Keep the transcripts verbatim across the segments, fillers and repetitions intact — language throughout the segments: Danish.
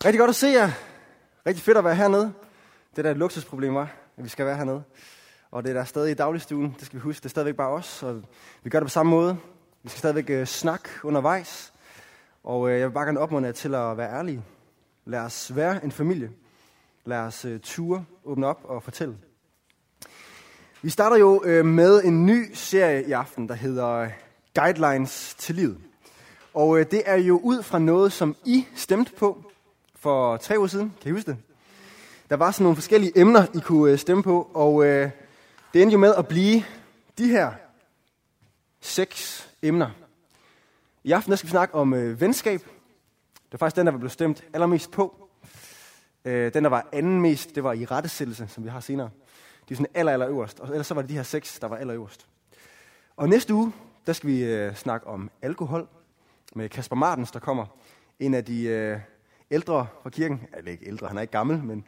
Rigtig godt at se jer. Rigtig fedt at være hernede. Det der er et luksusproblem, var, at vi skal være hernede. Og det er der stadig i dagligstuen, det skal vi huske. Det er stadigvæk bare os, og vi gør det på samme måde. Vi skal stadigvæk øh, snakke undervejs. Og øh, jeg vil bare gerne opmuntre jer til at være ærlige. Lad os være en familie. Lad os øh, ture, åbne op og fortælle. Vi starter jo øh, med en ny serie i aften, der hedder Guidelines til livet. Og øh, det er jo ud fra noget, som I stemte på for tre uger siden. Kan I huske det? Der var sådan nogle forskellige emner, I kunne øh, stemme på, og øh, det endte jo med at blive de her seks emner. I aften der skal vi snakke om øh, venskab. Det var faktisk den, der var blevet stemt allermest på. Øh, den, der var anden mest, det var irettesættelse, som vi har senere. De er sådan aller, aller øverst. Og ellers så var det de her seks, der var aller øverst. Og næste uge, der skal vi øh, snakke om alkohol med Kasper Martens, der kommer. En af de øh, ældre fra kirken. Eller ikke ældre, han er ikke gammel, men...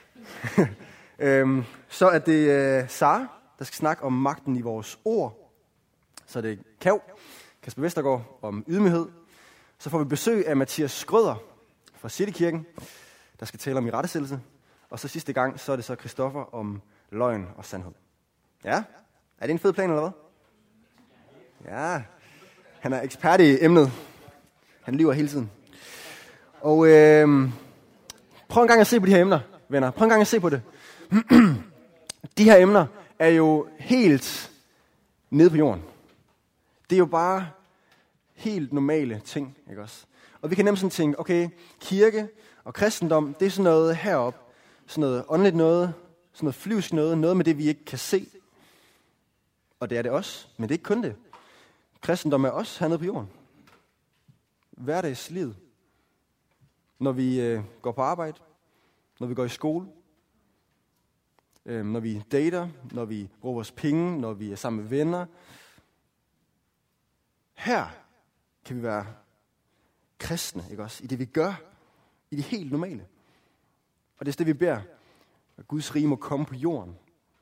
øhm, så er det øh, Sara, der skal snakke om magten i vores ord. Så er det Kav, Kasper Vestergaard, om ydmyghed. Så får vi besøg af Mathias Skrøder fra Citykirken, der skal tale om irettesættelse. Og så sidste gang, så er det så Christoffer om løgn og sandhed. Ja? Er det en fed plan, eller hvad? Ja. Han er ekspert i emnet. Han lyver hele tiden. Og øh, prøv en gang at se på de her emner, venner. Prøv en gang at se på det. De her emner er jo helt nede på jorden. Det er jo bare helt normale ting, ikke også? Og vi kan nemt sådan tænke, okay, kirke og kristendom, det er sådan noget heroppe. Sådan noget åndeligt noget, sådan noget flyvsk noget, noget med det, vi ikke kan se. Og det er det også, men det er ikke kun det. Kristendom er også hernede på jorden. Hverdagslivet. Når vi øh, går på arbejde, når vi går i skole, øh, når vi dater, når vi bruger vores penge, når vi er sammen med venner. Her kan vi være kristne, ikke også? I det vi gør, i det helt normale. Og det er det, vi beder, at Guds rige må komme på jorden.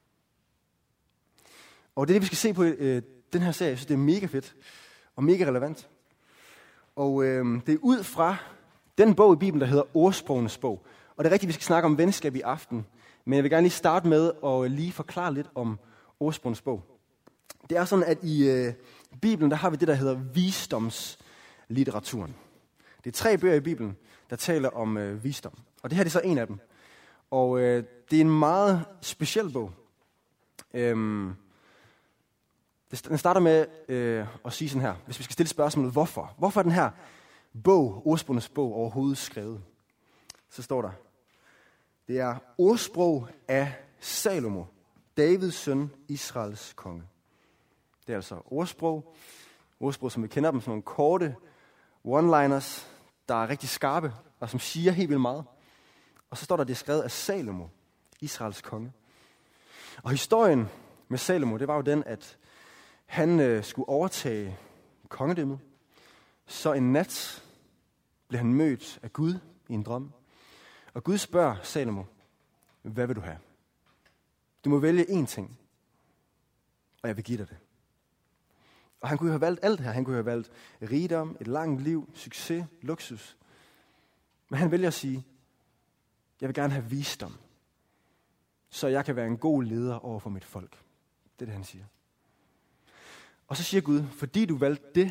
Og det er det, vi skal se på øh, den her serie. Jeg synes, det er mega fedt og mega relevant. Og øh, det er ud fra den bog i Bibelen, der hedder Ordsprogenes bog. Og det er rigtigt, vi skal snakke om venskab i aften. Men jeg vil gerne lige starte med at lige forklare lidt om Ordsprogenes bog. Det er sådan, at i øh, Bibelen, der har vi det, der hedder visdomslitteraturen. Det er tre bøger i Bibelen, der taler om øh, visdom. Og det her det er så en af dem. Og øh, det er en meget speciel bog. Øhm, den starter med øh, at sige sådan her, hvis vi skal stille spørgsmålet, hvorfor? Hvorfor er den her bog, Ordsprogenes bog, overhovedet skrevet? Så står der, det er ordsprog af Salomo, Davids søn, Israels konge. Det er altså ordsprog. Ordsprog, som vi kender dem, sådan nogle korte one-liners, der er rigtig skarpe, og som siger helt vildt meget. Og så står der, det er skrevet af Salomo, Israels konge. Og historien med Salomo, det var jo den, at han øh, skulle overtage kongedømmet. Så en nat blev han mødt af Gud i en drøm. Og Gud spørger Salomo, hvad vil du have? Du må vælge én ting, og jeg vil give dig det. Og han kunne jo have valgt alt her. Han kunne have valgt rigdom, et langt liv, succes, luksus. Men han vælger at sige, jeg vil gerne have visdom, så jeg kan være en god leder over for mit folk. Det er det, han siger. Og så siger Gud, fordi du valgte det,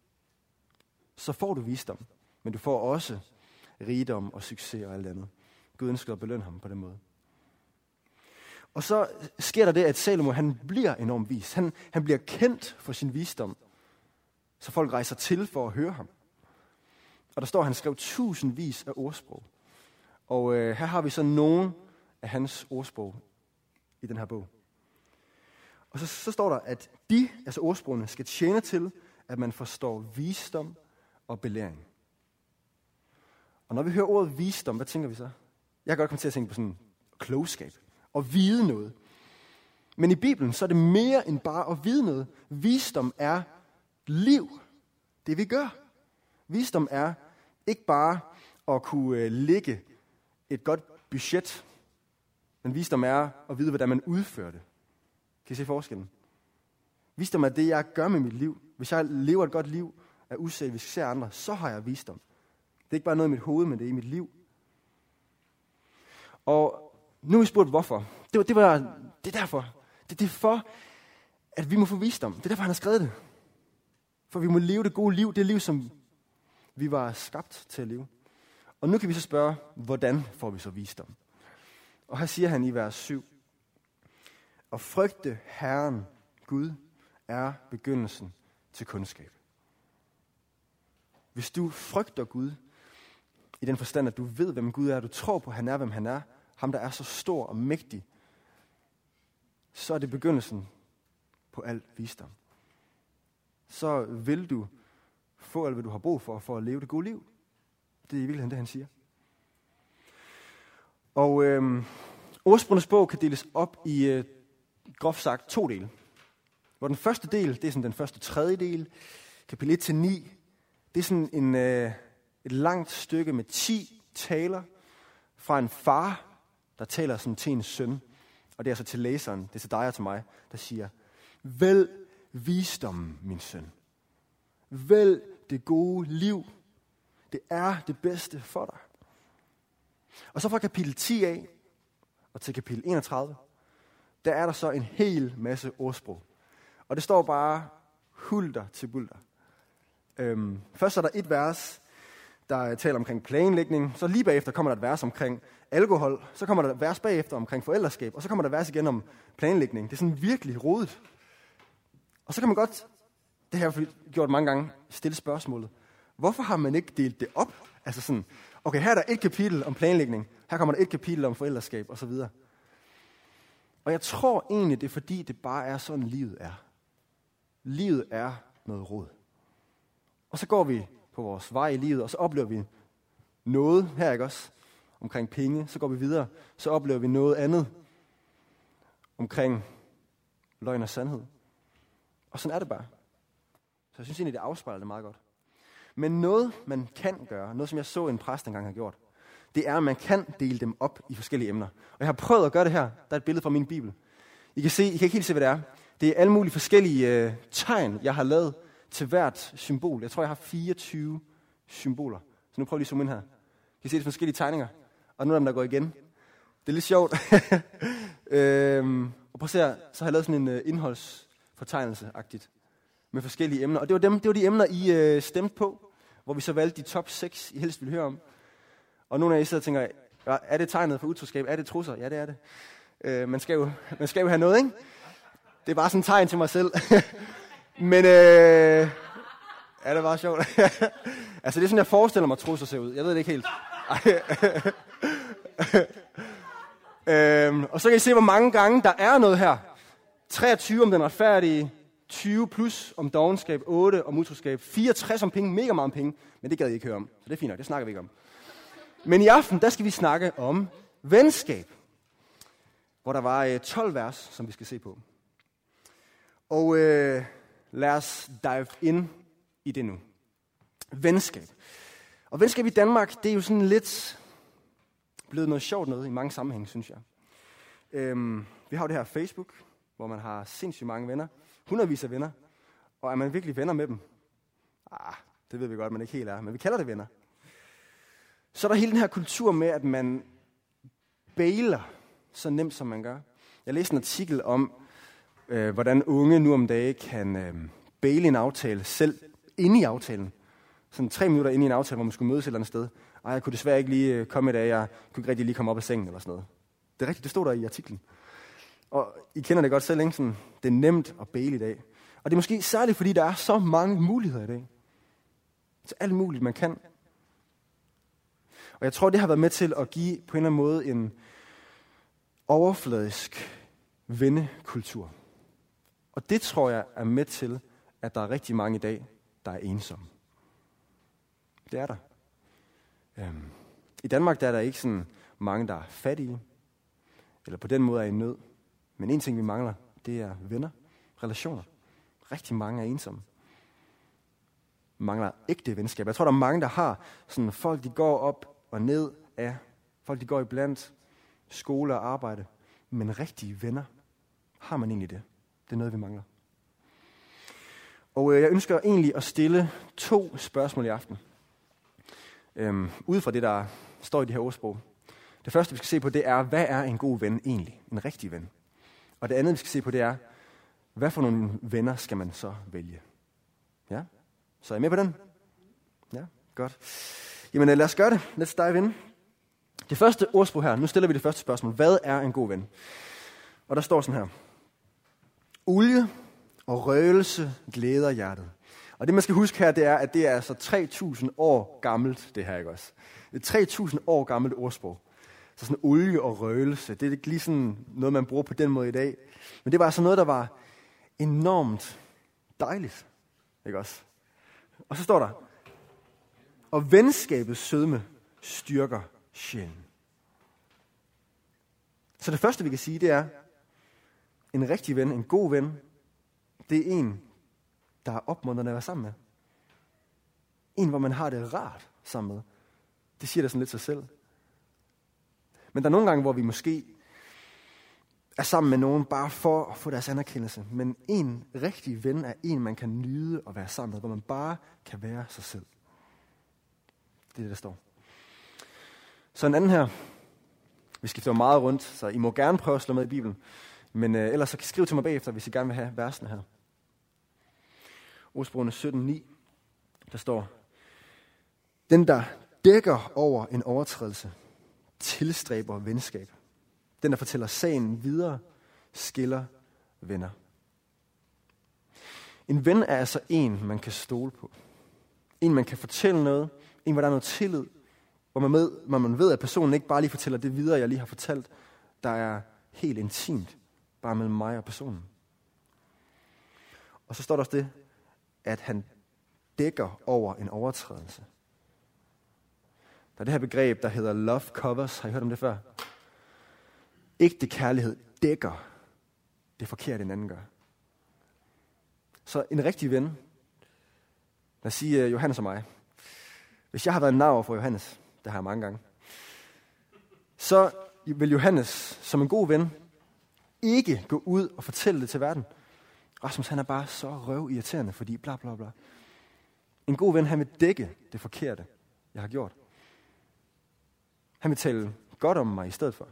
så får du visdom, men du får også rigdom og succes og alt andet. Gud ønsker at belønne ham på den måde. Og så sker der det, at Salomo han bliver enormt vis. Han, han bliver kendt for sin visdom, så folk rejser til for at høre ham. Og der står, at han skrev tusindvis af ordsprog. Og øh, her har vi så nogle af hans ordsprog i den her bog. Og så, så står der, at de, altså ordsprogene, skal tjene til, at man forstår visdom og belæring. Og når vi hører ordet visdom, hvad tænker vi så? Jeg kan godt komme til at tænke på sådan klogskab og vide noget. Men i Bibelen, så er det mere end bare at vide noget. Visdom er liv. Det vi gør. Visdom er ikke bare at kunne øh, lægge et godt budget, men visdom er at vide, hvordan man udfører det. Kan I se forskellen? Visdom er det, jeg gør med mit liv. Hvis jeg lever et godt liv, er uselvisk, ser andre, så har jeg visdom. Det er ikke bare noget i mit hoved, men det er i mit liv. Og nu har vi spurgt, hvorfor. Det, var, det, var, det er derfor. Det, det er for, at vi må få visdom. Det er derfor, han har skrevet det. For vi må leve det gode liv, det liv, som vi var skabt til at leve. Og nu kan vi så spørge, hvordan får vi så visdom? Og her siger han i vers syv, at frygte Herren, Gud, er begyndelsen til kundskab. Hvis du frygter Gud, i den forstand, at du ved, hvem Gud er, du tror på, at han er, hvem han er, ham, der er så stor og mægtig, så er det begyndelsen på al visdom. Så vil du få alt, hvad du har brug for, for at leve det gode liv. Det er i virkeligheden det, han siger. Og øhm, ordsprogenes bog kan deles op i øh, groft sagt to dele. Hvor den første del, det er sådan den første tredjedel, kapitel et til ni, det er sådan en, øh, et langt stykke med ti taler fra en far, der taler sådan til en søn. Og det er altså til læseren, det er til dig og til mig, der siger, vælg visdommen, min søn. Vælg det gode liv. Det er det bedste for dig. Og så fra kapitel ti af og til kapitel enogtredive, der er der så en hel masse ordsprog. Og det står bare hulter til bulter. Øhm, først er der et vers, der taler omkring planlægning. Så lige bagefter kommer der et vers omkring alkohol. Så kommer der et vers bagefter omkring forældreskab. Og så kommer der et vers igen om planlægning. Det er sådan virkelig rodet. Og så kan man godt, det har jeg gjort mange gange, stille spørgsmålet. Hvorfor har man ikke delt det op? Altså sådan, okay, her er der et kapitel om planlægning. Her kommer der et kapitel om forældreskab osv. Og jeg tror egentlig, det er fordi, det bare er sådan, livet er. Livet er noget rod. Og så går vi på vores vej i livet, og så oplever vi noget her, ikke også? Omkring penge, så går vi videre, så oplever vi noget andet omkring løgn og sandhed. Og sådan er det bare. Så jeg synes egentlig, det afspejler det meget godt. Men noget, man kan gøre, noget som jeg så en præst engang har gjort, det er, at man kan dele dem op i forskellige emner. Og jeg har prøvet at gøre det her. Der er et billede fra min bibel. I kan se, I kan ikke helt se, hvad det er. Det er alle mulige forskellige øh, tegn, jeg har lavet til hvert symbol. Jeg tror, jeg har fireogtyve symboler. Så nu prøver jeg lige at zoome ind her. I kan se de forskellige tegninger. Og nu er dem, der går igen. Det er lidt sjovt. øhm, og prøv at se her. Så har jeg lavet sådan en øh, indholdsfortegnelse-agtigt. Med forskellige emner. Og det var, dem, det var de emner, I øh, stemte på. Hvor vi så valgte de top seks, I helst ville høre om. Og nogle af jer sidder og tænker, er det tegnet for utroskab? Er det trusser? Ja, det er det. Øh, man, skal jo, man skal jo have noget, ikke? Det er bare sådan en tegn til mig selv. Men øh, er det bare sjovt? Altså, det er sådan, jeg forestiller mig, at trusser ser ud. Jeg ved det ikke helt. øhm, og så kan I se, hvor mange gange der er noget her. treogtyve om den retfærdige, tyve plus om dovenskab, otte om utroskab, fireogtres om penge, mega meget om penge. Men det gad I ikke høre om, så det er fint nok, det snakker vi ikke om. Men i aften, der skal vi snakke om venskab. Hvor der var øh, tolv vers, som vi skal se på. Og øh, lad os dive ind i det nu. Venskab. Og venskab i Danmark, det er jo sådan lidt blevet noget sjovt noget i mange sammenhænge, synes jeg. Øhm, vi har jo det her Facebook, hvor man har sindssygt mange venner. Hundredvis af venner. Og er man virkelig venner med dem? Ah, det ved vi godt, man ikke helt er. Men vi kalder det venner. Så er der hele den her kultur med, at man bailer så nemt, som man gør. Jeg læste en artikel om, øh, hvordan unge nu om dagen kan øh, baile en aftale selv inde i aftalen. Sådan tre minutter inde i en aftale, hvor man skulle mødes et eller andet sted. Ej, jeg kunne desværre ikke lige øh, komme i dag. Jeg kunne ikke rigtig lige komme op af sengen eller sådan noget. Det er rigtigt, det stod der i artiklen. Og I kender det godt selv, ikke? Sådan, det er nemt at baile i dag. Og det er måske særligt, fordi der er så mange muligheder i dag. Så alt muligt, man kan. Og jeg tror, det har været med til at give på en eller anden måde en overfladisk vennekultur. Og det tror jeg er med til, at der er rigtig mange i dag, der er ensomme. Det er der. Øhm, I Danmark der er der ikke sådan mange, der er fattige, eller på den måde er i nød. Men en ting, vi mangler, det er venner, relationer. Rigtig mange er ensomme. Mangler ægte venskab. Jeg tror, der er mange, der har sådan folk, de går op og ned af. Folk, de går iblandt skole og arbejde. Men rigtige venner, har man egentlig det? Det er noget, vi mangler. Og øh, jeg ønsker egentlig at stille to spørgsmål i aften. Øhm, ud fra det, der står i de her ordsprog. Det Det første, vi skal se på, det er, hvad er en god ven egentlig? En rigtig ven. Og det andet, vi skal se på, det er, hvad for nogle venner skal man så vælge? Ja? Så er I med på den? Ja, godt. Jamen lad os gøre det. Let's dive in. Det første ordsprog her, nu stiller vi det første spørgsmål. Hvad er en god ven? Og der står sådan her. Olie og røgelse glæder hjertet. Og det man skal huske her, det er, at det er altså tre tusind år gammelt, det her, ikke også? Det er tre tusind år gammelt ordsprog. Så sådan olie og røgelse, det er ikke lige sådan noget, man bruger på den måde i dag. Men det var altså noget, der var enormt dejligt, ikke også? Og så står der, og venskabets sødme styrker sjælen. Så det første, vi kan sige, det er, en rigtig ven, en god ven, det er en, der er opmuntrende at være sammen med. En, hvor man har det rart sammen med. Det siger det sådan lidt sig selv. Men der er nogle gange, hvor vi måske er sammen med nogen, bare for at få deres anerkendelse. Men en rigtig ven er en, man kan nyde at være sammen med, hvor man bare kan være sig selv. Det er det, der står. Så en anden her. Vi skifter meget rundt, så I må gerne prøve at slå med i Bibelen. Men øh, ellers så kan I skrive til mig bagefter, hvis I gerne vil have versene her. Ordsprogene sytten ni, der står, den, der dækker over en overtrædelse, tilstræber venskab. Den, der fortæller sagen videre, skiller venner. En ven er altså en, man kan stole på. En, man kan fortælle noget. En, hvor der er noget tillid. Hvor man, med, hvor man ved, at personen ikke bare lige fortæller det videre, jeg lige har fortalt. Der er helt intimt, bare mellem mig og personen. Og så står der også det, at han dækker over en overtrædelse. Der er det her begreb, der hedder love covers. Har I hørt om det før? Ægte kærlighed dækker det forkerte, en anden gør. Så en rigtig ven, lad os sige uh, Johannes og mig. Hvis jeg har været en narver for Johannes, det har jeg mange gange, så vil Johannes som en god ven ikke gå ud og fortælle det til verden. Rasmus, han er bare så røvirriterende, fordi bla bla bla. En god ven, han vil dække det forkerte, jeg har gjort. Han vil tale godt om mig i stedet for.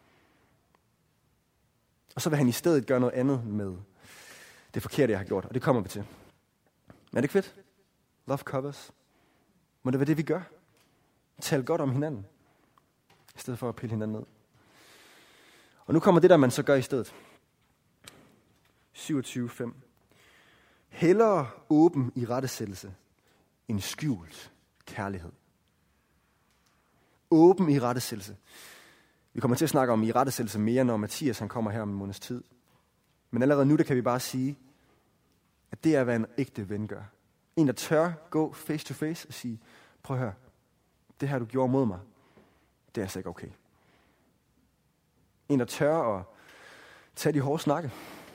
Og så vil han i stedet gøre noget andet med det forkerte, jeg har gjort. Og det kommer vi til. Men er det ikke fedt? Love covers. Må det være det, vi gør? Tal godt om hinanden. I stedet for at pille hinanden ned. Og nu kommer det, der man så gør i stedet. syvogtyve fem. Hellere åben i rettesættelse end skjult kærlighed. Åben i rettesættelse. Vi kommer til at snakke om i rettesættelse mere, når Mathias han kommer her om en måneds tid. Men allerede nu, der kan vi bare sige, at det er, hvad en ægte ven gør. En, der tør gå face to face og sige, prøv at høre, det her du gjorde mod mig, det er altså ikke okay. En, der tør at tage de hårde snakke.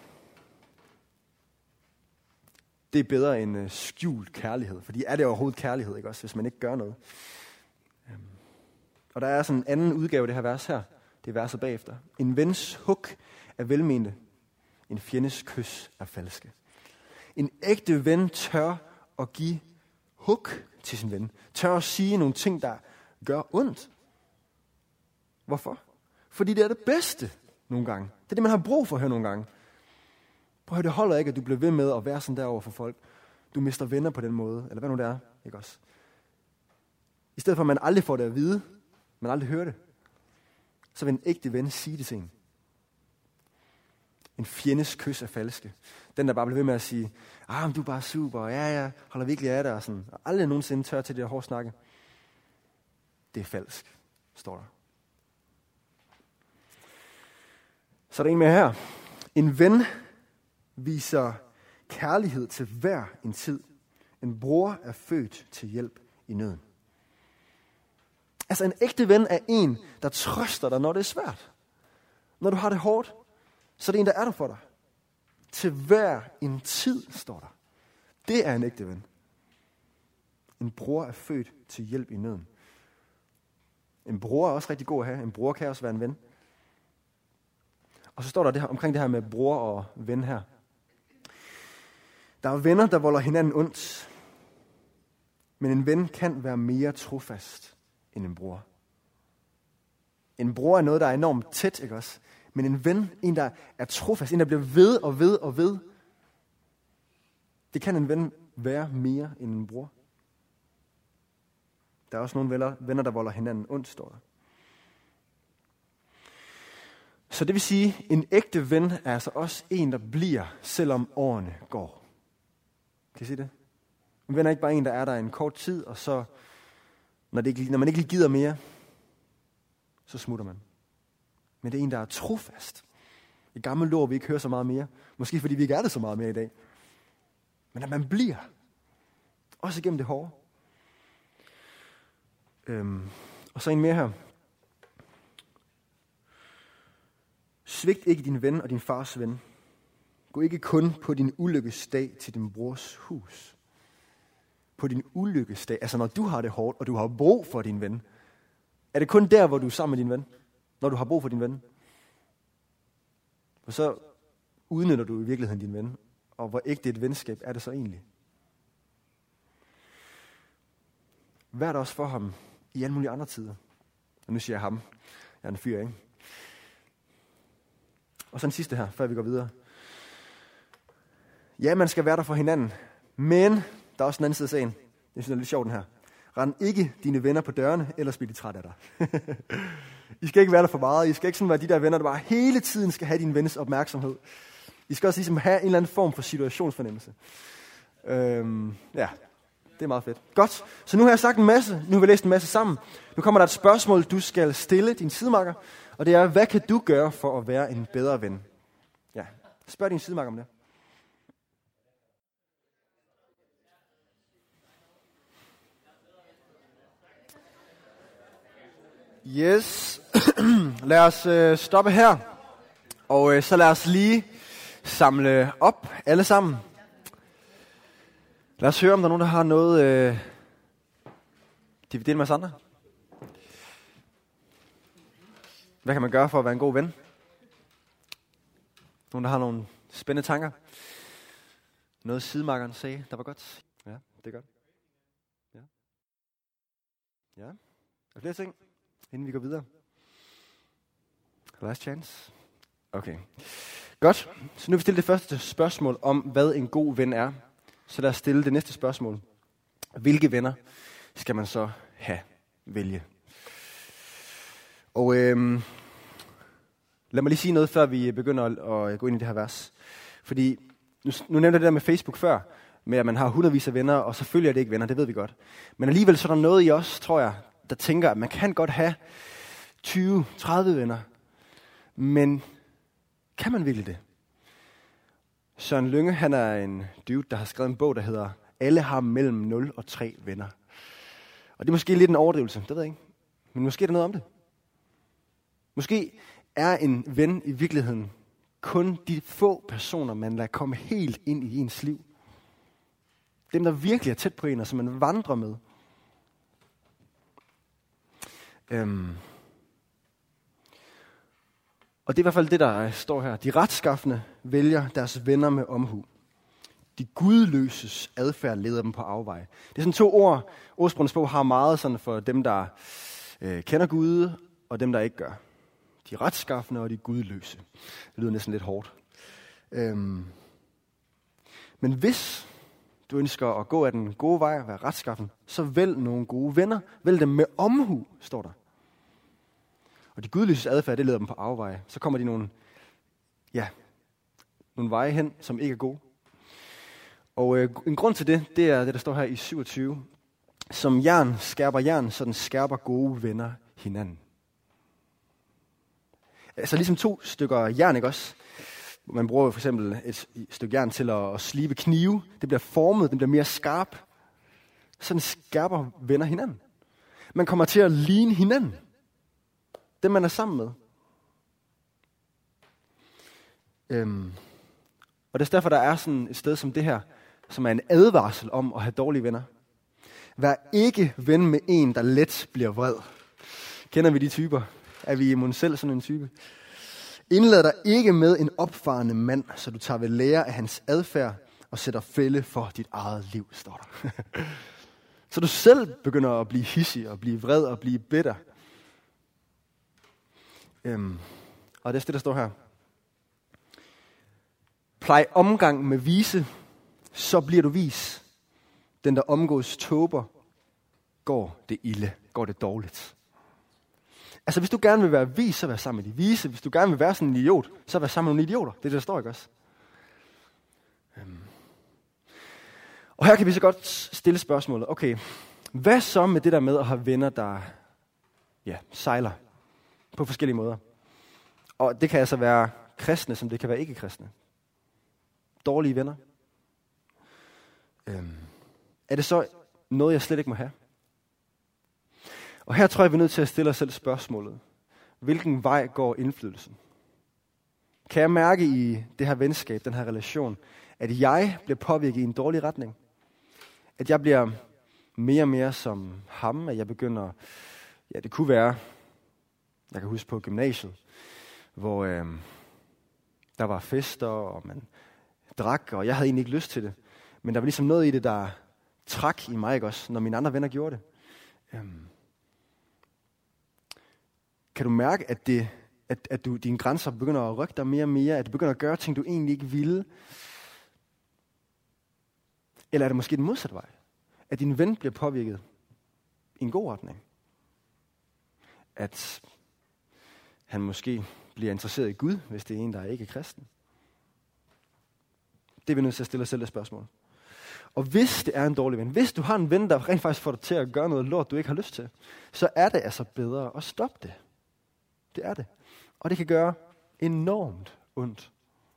Det er bedre end uh, skjult kærlighed, fordi er det overhovedet kærlighed, ikke også, hvis man ikke gør noget. Um, og der er sådan en anden udgave af det her vers her, det er verset bagefter. En vens hug er velmente, en fjendes kys er falske. En ægte ven tør at give hug til sin ven. Tør at sige nogle ting, der gør ondt. Hvorfor? Fordi det er det bedste nogle gange. Det er det, man har brug for at høre nogle gange. Prøv at høre, det holder ikke, at du bliver ved med at være sådan der over for folk. Du mister venner på den måde, eller hvad nu det er, ikke også? I stedet for, at man aldrig får det at vide, man aldrig hører det, så vil en ægte ven sige det til en. En fjendes kys er falske. Den, der bare bliver ved med at sige, ah, men du er bare super, ja, ja, holder virkelig af dig, og sådan. Og aldrig nogensinde tør til det der hårde snakke. Det er falsk, står der. Så er der en med her. En ven viser kærlighed til hver en tid. En bror er født til hjælp i nøden. Altså en ægte ven er en, der trøster dig, når det er svært. Når du har det hårdt, så er det en, der er der for dig. Til hver en tid, står der. Det er en ægte ven. En bror er født til hjælp i nøden. En bror er også rigtig god at have. En bror kan også være en ven. Og så står der det her, omkring det her med bror og ven her. Der er venner, der volder hinanden ondt. Men en ven kan være mere trofast end en bror. En bror er noget, der er enormt tæt, ikke også? Men en ven, en der er trofast, en der bliver ved og ved og ved. Det kan en ven være mere end en bror. Der er også nogle venner, venner der volder hinanden ondt, står der. Så det vil sige, at en ægte ven er altså også en, der bliver, selvom årene går. Kan I se det? En ven er ikke bare en, der er der en kort tid, og så, når, det ikke, når man ikke gider mere, så smutter man. Men det er en, der er trofast. Et gammelt ord, vi ikke hører så meget mere. Måske fordi vi ikke er det så meget mere i dag. Men at man bliver. Også igennem det hårde. Øhm, og så en mere her. Svigt ikke din ven og din fars ven. Gå ikke kun på din ulykkesdag til din brors hus. På din ulykkesdag, altså når du har det hårdt, og du har brug for din ven. Er det kun der, hvor du er sammen med din ven? Når du har brug for din ven? Og så udnytter du i virkeligheden din ven. Og hvor ægte et venskab er det så egentlig? Vær der også for ham i alle mulige andre tider. Og nu siger jeg ham. Jeg er en fyr, ikke? Og så den sidste her, før vi går videre. Ja, man skal være der for hinanden. Men der er også en anden side af sagen. Jeg synes, det er lidt sjovt den her. Rend ikke dine venner på dørene, ellers bliver de træt af dig. I skal ikke være der for meget. I skal ikke sådan være de der venner, der bare hele tiden skal have din vens opmærksomhed. I skal også ligesom have en eller anden form for situationsfornemmelse. Øhm, ja, det er meget fedt. Godt, så nu har jeg sagt en masse. Nu har vi læst en masse sammen. Nu kommer der et spørgsmål, du skal stille din sidemakker. Og det er, hvad kan du gøre for at være en bedre ven? Ja, spørg din sidemakker om det. Yes, lad os øh, stoppe her, og øh, så lad os lige samle op alle sammen. Lad os høre, om der er nogen, der har noget, øh, de vil dele med os andre. Hvad kan man gøre for at være en god ven? Nogen, der har nogle spændende tanker? Noget sidemakkeren sagde, der var godt? Ja, det er godt. Ja. Ja, er der flere ting? Inden vi går videre. Last chance. Okay. Godt. Så nu vil vi stille det første spørgsmål om, hvad en god ven er. Så lad os stille det næste spørgsmål. Hvilke venner skal man så have, vælge? Og øhm, lad mig lige sige noget, før vi begynder at, at gå ind i det her vers. Fordi, nu, nu nævnte jeg det der med Facebook før, med at man har hundredvis af venner, og selvfølgelig er det ikke venner, det ved vi godt. Men alligevel så er der noget i os, tror jeg, der tænker, at man kan godt have tyve tredive venner. Men kan man virkelig det? Søren Lynge, han er en dude, der har skrevet en bog, der hedder Alle har mellem nul og tre venner. Og det er måske lidt en overdrivelse, det ved jeg ikke. Men måske er der noget om det. Måske er en ven i virkeligheden kun de få personer, man lader komme helt ind i ens liv. Dem, der virkelig er tæt på en, og som man vandrer med. Øhm. Og det er i hvert fald det, der står her. De retskaffende vælger deres venner med omhu. De gudløses adfærd leder dem på afveje. Det er sådan to ord. Ordsprogenes bog har meget sådan for dem, der øh, kender Gud, og dem, der ikke gør. De retskaffende og de gudløse. Det lyder næsten lidt hårdt. Øhm. Men hvis du ønsker at gå af den gode vej og være retskaffen, så vælg nogle gode venner. Vælg dem med omhu, står der. Og de gudløses adfærd, det leder dem på afveje. Så kommer de nogle, ja, nogle veje hen, som ikke er gode. Og øh, en grund til det, det er det, der står her i syvogtyve. Som jern skærper jern, så den skærper gode venner hinanden. Altså ligesom to stykker jern, ikke også? Man bruger for eksempel et stykke jern til at, at slibe knive. Det bliver formet, den bliver mere skarp. Sådan skærper venner hinanden. Man kommer til at ligne hinanden. Dem man er sammen med. Øhm. Og det er derfor, der er sådan et sted som det her, som er en advarsel om at have dårlige venner. Vær ikke ven med en, der let bliver vred. Kender vi de typer? Er vi imod selv sådan en type? Indlad dig ikke med en opfarende mand, så du tager ved lære af hans adfærd og sætter fælde for dit eget liv, står der. Så du selv begynder at blive hissig og blive vred og blive bitter. Øhm, og det er det, der står her. Plej omgang med vise, så bliver du vis. Den, der omgås tåber, går det ilde, går det dårligt. Altså, hvis du gerne vil være vis, så vær sammen med de vise. Hvis du gerne vil være sådan en idiot, så vær sammen med nogle idioter. Det er det, der står, ikke også? Øhm. Og her kan vi så godt stille spørgsmålet. Okay, hvad så med det der med at have venner, der ja, sejler på forskellige måder? Og det kan altså være kristne, som det kan være ikke-kristne. Dårlige venner. Øhm. Er det så noget, jeg slet ikke må have? Og her tror jeg, vi er nødt til at stille os selv spørgsmålet. Hvilken vej går indflydelsen? Kan jeg mærke i det her venskab, den her relation, at jeg bliver påvirket i en dårlig retning? At jeg bliver mere og mere som ham, at jeg begynder, ja, det kunne være, jeg kan huske på gymnasiet, hvor øh, der var fester, og man drak, og jeg havde egentlig ikke lyst til det. Men der var ligesom noget i det, der trak i mig, ikke også, når mine andre venner gjorde det. Øhm. Kan du mærke, at, det, at, at du, dine grænser begynder at rykke dig mere og mere, at du begynder at gøre ting, du egentlig ikke ville? Eller er det måske den modsatte vej? At din ven bliver påvirket i en god retning? At han måske bliver interesseret i Gud, hvis det er en, der ikke er kristen? Det er vi nødt til at stille os selv et spørgsmål. Og hvis det er en dårlig ven, hvis du har en ven, der rent faktisk får dig til at gøre noget lort, du ikke har lyst til, så er det altså bedre at stoppe det. Det er det. Og det kan gøre enormt ondt.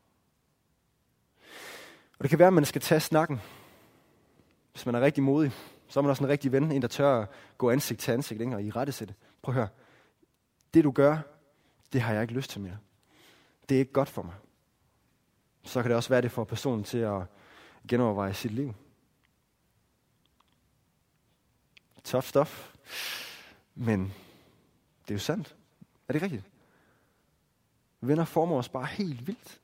Og det kan være, at man skal tage snakken. Hvis man er rigtig modig, så er man også en rigtig ven, en der tør at gå ansigt til ansigt, ikke? Og i rettesætte. Prøv at høre. Det du gør, det har jeg ikke lyst til mere. Det er ikke godt for mig. Så kan det også være, det får personen til at genoverveje sit liv. Tough stuff. Men det er jo sandt. Er det rigtigt? Venner former os bare helt vildt.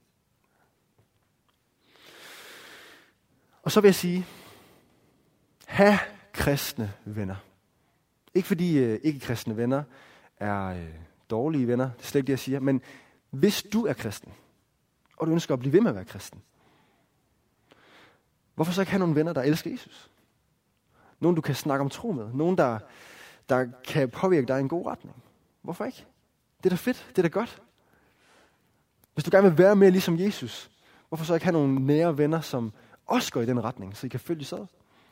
Og så vil jeg sige, ha' kristne venner. Ikke fordi øh, ikke-kristne venner er øh, dårlige venner, det er slet ikke det, jeg siger, men hvis du er kristen, og du ønsker at blive ved med at være kristen, hvorfor så ikke have nogle venner, der elsker Jesus? Nogen, du kan snakke om tro med. Nogen, der, der kan påvirke dig i en god retning. Hvorfor ikke? Det er da fedt. Det er da godt. Hvis du gerne vil være mere ligesom Jesus, hvorfor så ikke have nogle nære venner, som også går i den retning, så I kan følge sig ad?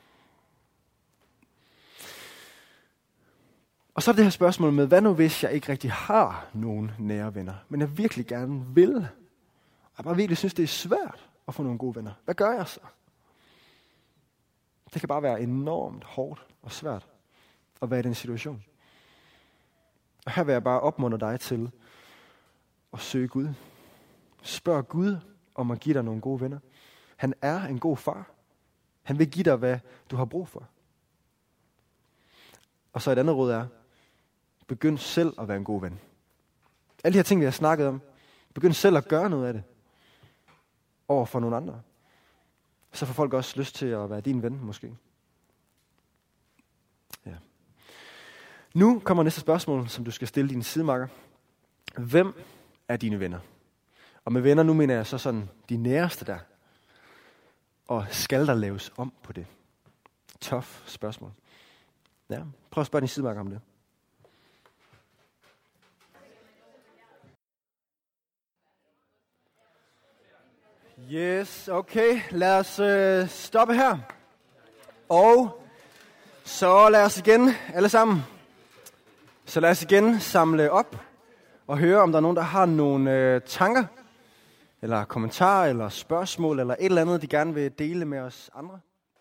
Og så er det her spørgsmål med, hvad nu hvis jeg ikke rigtig har nogen nære venner, men jeg virkelig gerne vil? Og jeg bare virkelig synes, det er svært at få nogle gode venner. Hvad gør jeg så? Det kan bare være enormt hårdt og svært at være i den situation. Og her vil jeg bare opmuntre dig til at søge Gud. Spørg Gud om at give dig nogle gode venner. Han er en god far. Han vil give dig, hvad du har brug for. Og så et andet råd er, begynd selv at være en god ven. Alle de her ting, vi har snakket om, begynd selv at gøre noget af det over for nogle andre. Så får folk også lyst til at være din ven, måske. Ja. Nu kommer næste spørgsmål, som du skal stille dine sidemakker. Hvem er dine venner? Og med venner, nu mener jeg så sådan de næreste der. Og skal der laves om på det? Tough spørgsmål. Ja, prøv at spørge dine sidemakker om det. Yes, okay. Lad os øh, stoppe her. Og så lad os igen, alle sammen. Så lad os igen samle op og høre, om der er nogen, der har nogle øh, tanker, eller kommentarer, eller spørgsmål, eller et eller andet, de gerne vil dele med os andre.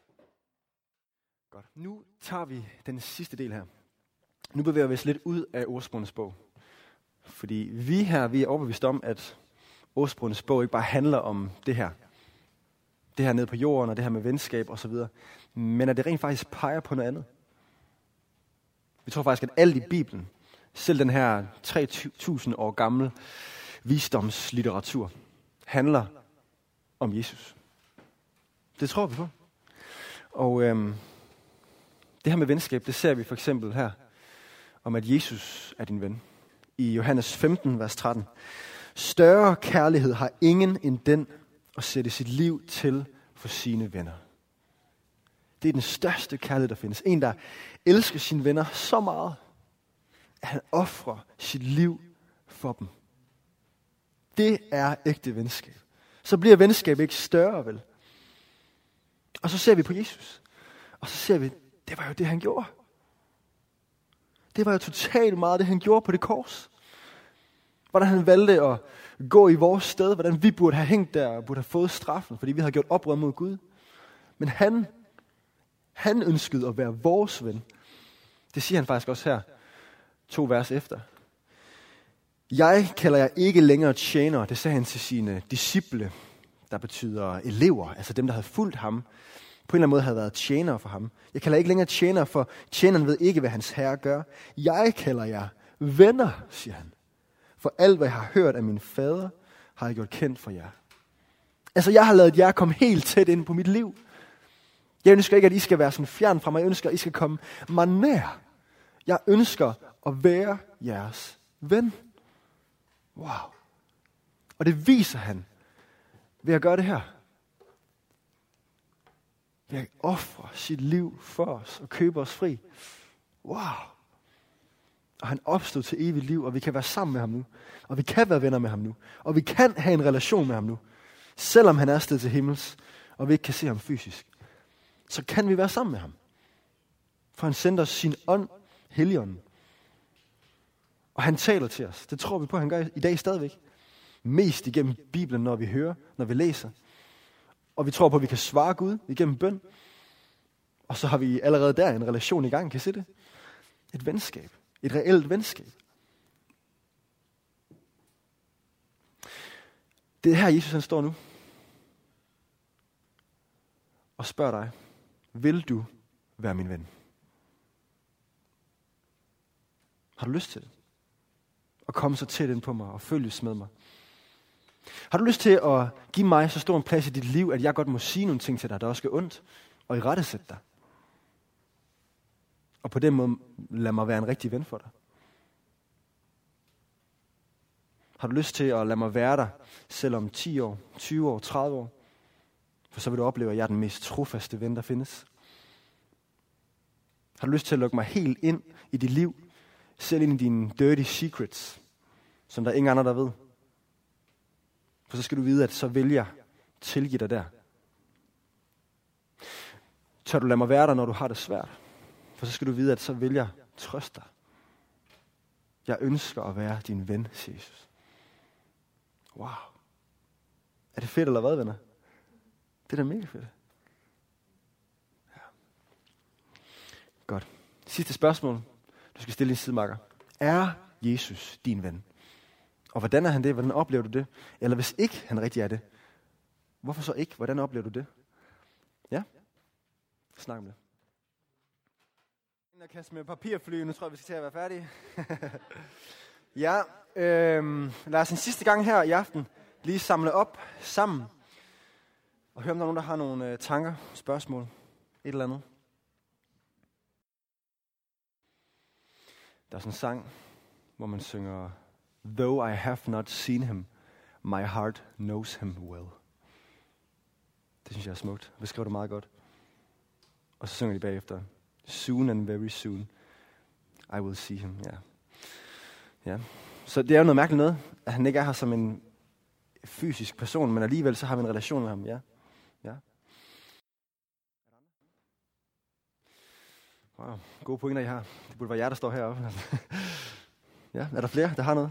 Godt. Nu tager vi den sidste del her. Nu bevæger vi os lidt ud af ordsprogenes bog. Fordi vi her, vi er overbevist om, at ordsprogenes bog ikke bare handler om det her. Det her nede på jorden, og det her med venskab og så videre. Men at det rent faktisk peger på noget andet. Vi tror faktisk, at alt i Bibelen, selv den her tre tusind år gamle visdomslitteratur, handler om Jesus. Det tror vi på. Og øhm, det her med venskab, det ser vi for eksempel her, om at Jesus er din ven. i Johannes femten, vers tretten. Større kærlighed har ingen end den at sætte sit liv til for sine venner. Det er den største kærlighed, der findes. En, der elsker sine venner så meget, at han ofrer sit liv for dem. Det er ægte venskab. Så bliver venskab ikke større, vel? Og så ser vi på Jesus. Og så ser vi, det var jo det, han gjorde. Det var jo totalt meget det, han gjorde på det kors. Hvordan han valgte at gå i vores sted. Hvordan vi burde have hængt der og burde have fået straffen, fordi vi havde gjort oprør mod Gud. Men han, han ønskede at være vores ven. Det siger han faktisk også her, to vers efter. Jeg kalder jer ikke længere tjenere, det sagde han til sine disciple, der betyder elever, altså dem, der havde fulgt ham, på en eller anden måde havde været tjenere for ham. Jeg kalder ikke længere tjenere, for tjeneren ved ikke, hvad hans herre gør. Jeg kalder jer venner, siger han. For alt, hvad jeg har hørt af min fader, har jeg gjort kendt for jer. Altså, jeg har ladet jer komme helt tæt ind på mit liv. Jeg ønsker ikke, at I skal være sådan fjern fra mig. Jeg ønsker, at I skal komme mig nær. Jeg ønsker at være jeres ven. Wow. Og det viser han ved at gøre det her. Ved at ofre sit liv for os og købe os fri. Wow. Og han opstod til evigt liv, og vi kan være sammen med ham nu. Og vi kan være venner med ham nu. Og vi kan have en relation med ham nu. Selvom han er steget til himmels, og vi ikke kan se ham fysisk. Så kan vi være sammen med ham. For han sender os sin ånd, Helligånden. Og han taler til os. Det tror vi på, han gør i dag stadigvæk. Mest igennem Bibelen, når vi hører, når vi læser. Og vi tror på, at vi kan svare Gud igennem bøn. Og så har vi allerede der en relation i gang. Kan I se det? Et venskab. Et reelt venskab. Det er her, Jesus han står nu. Og spørger dig, vil du være min ven? Har du lyst til det? Og komme så tæt ind på mig og følges med mig? Har du lyst til at give mig så stor en plads i dit liv, at jeg godt må sige nogle ting til dig, der også gør ondt, og irettesætte dig? Og på den måde lad mig være en rigtig ven for dig. Har du lyst til at lade mig være der, selvom ti år, tyve år, tredive år? For så vil du opleve, at jeg er den mest trofaste ven, der findes. Har du lyst til at lukke mig helt ind i dit liv, selv ind i dine dirty secrets, som der er ingen andre, der ved? For så skal du vide, at så vil jeg tilgive dig der. Tør du lade mig være der, når du har det svært? For så skal du vide, at så vil jeg trøste dig. Jeg ønsker at være din ven, siger Jesus. Wow. Er det fedt eller hvad, venner? Det er da mega fedt. Ja. Godt. Sidste spørgsmål, du skal stille din sidemarker. Er Jesus din ven? Og hvordan er han det? Hvordan oplever du det? Eller hvis ikke han rigtig er det, hvorfor så ikke? Hvordan oplever du det? Ja? Snak om det. Jeg kaster med papirfly, nu tror jeg, vi skal til at være færdige. ja, øh, lad os en sidste gang her i aften lige samle op sammen. Og høre, om der er nogen, der har nogle øh, tanker, spørgsmål, et eller andet. Der er sådan en sang, hvor man synger, Though I have not seen him, my heart knows him well. Det synes jeg er smukt. Det beskriver det meget godt. Og så synger de bagefter, Soon and very soon, I will see him. Ja. Ja. Så det er jo noget mærkeligt noget, at han ikke er her som en fysisk person, men alligevel så har vi en relation med ham. Ja. Ja. Wow, gode pointer, I har. Det burde være jer, der står heroppe. ja, er der flere, der har noget?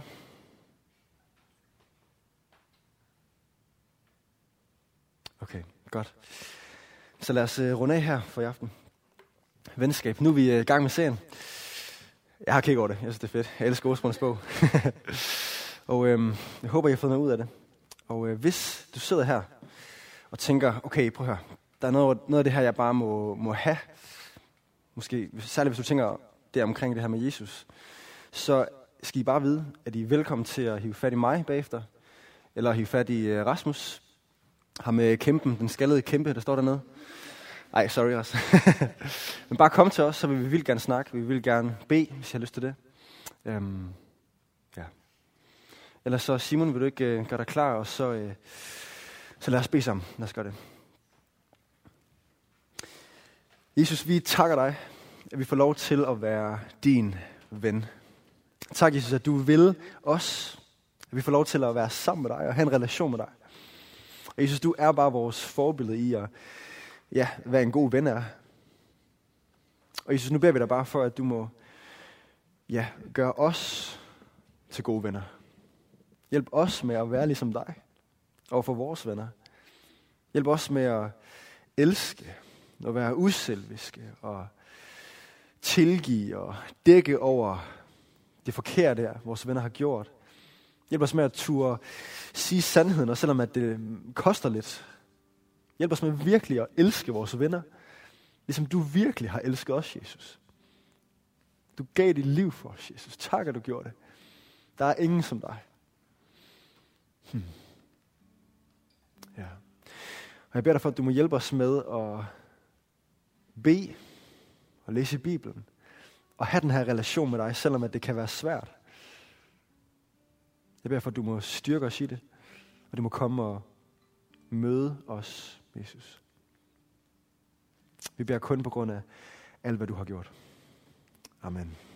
Okay, godt. Så lad os uh, runde af her for i aften. Venskab. Nu er vi uh, i gang med serien. Jeg har kigget over det. Jeg synes, det er fedt. Jeg elsker Ordsprogenes bog. og øhm, jeg håber, I har fået noget ud af det. Og øh, hvis du sidder her og tænker, okay, prøv at høre. Der er noget, noget af det her, jeg bare må, må have. Måske, særligt hvis du tænker det omkring det her med Jesus. Så skal I bare vide, at I er velkommen til at hive fat i mig bagefter. Eller hive fat i uh, Rasmus. Ham med kæmpen, den skaldede kæmpe, der står dernede. Ej, sorry også. Men bare kom til os, så vil vi vildt gerne snakke. Vi vil gerne bede, hvis I har lyst til det. Øhm, Ja. Ellers så, Simon, vil du ikke øh, gøre dig klar, og så, øh, så lad os bede sammen. Lad os gøre det. Jesus, vi takker dig, at vi får lov til at være din ven. Tak, Jesus, at du vil os, at vi får lov til at være sammen med dig og have en relation med dig. Og Jesus, du er bare vores forbillede i at ja, være en god ven er. Og Jesus, nu beder vi dig bare for, at du må ja, gøre os til gode venner. Hjælp os med at være ligesom dig overfor vores venner. Hjælp os med at elske og være uselviske og tilgive og dække over det forkerte, vores venner har gjort. Hjælp os med at turde sige sandheden, og selvom at det koster lidt. Hjælp os med virkelig at elske vores venner, ligesom du virkelig har elsket os, Jesus. Du gav dit liv for os, Jesus. Tak, at du gjorde det. Der er ingen som dig. Hmm. Ja. Og jeg beder dig for, at du må hjælpe os med at bede og læse i Bibelen. Og have den her relation med dig, selvom at det kan være svært. Jeg beder for, at du må styrke os i det. Og du må komme og møde os, Jesus. Vi beder kun på grund af alt, hvad du har gjort. Amen.